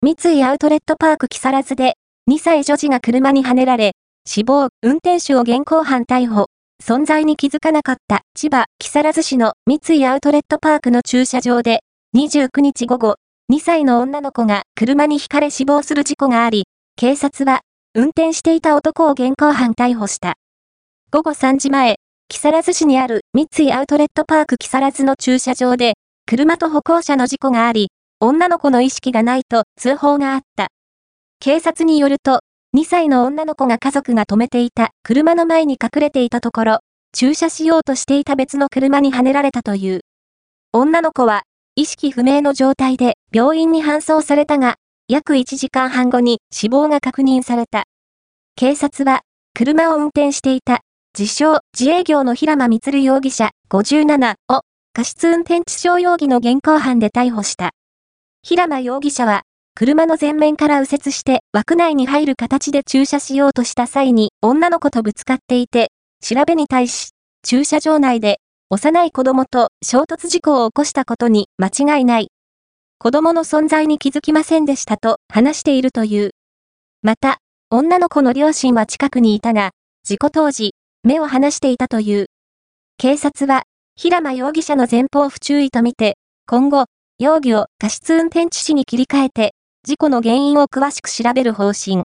三井アウトレットパーク木更津で、2歳女児が車にはねられ、死亡、運転手を現行犯逮捕。存在に気づかなかった千葉、木更津市の三井アウトレットパークの駐車場で、29日午後、2歳の女の子が車にひかれ死亡する事故があり、警察は、運転していた男を現行犯逮捕した。午後3時前、木更津市にある三井アウトレットパーク木更津の駐車場で、車と歩行者の事故があり、女の子の意識がないと通報があった。警察によると、2歳の女の子が家族が止めていた車の前に隠れていたところ、駐車しようとしていた別の車にはねられたという。女の子は、意識不明の状態で病院に搬送されたが、約1時間半後に死亡が確認された。警察は、車を運転していた、自称自営業の平間充容疑者57を、過失運転致傷容疑の現行犯で逮捕した。平間容疑者は、車の前面から右折して枠内に入る形で駐車しようとした際に女の子とぶつかっていて、調べに対し、駐車場内で幼い子供と衝突事故を起こしたことに間違いない。子供の存在に気づきませんでしたと話しているという。また、女の子の両親は近くにいたが、事故当時、目を離していたという。警察は、平間容疑者の前方不注意とみて、今後、容疑を過失運転致死に切り替えて、事故の原因を詳しく調べる方針。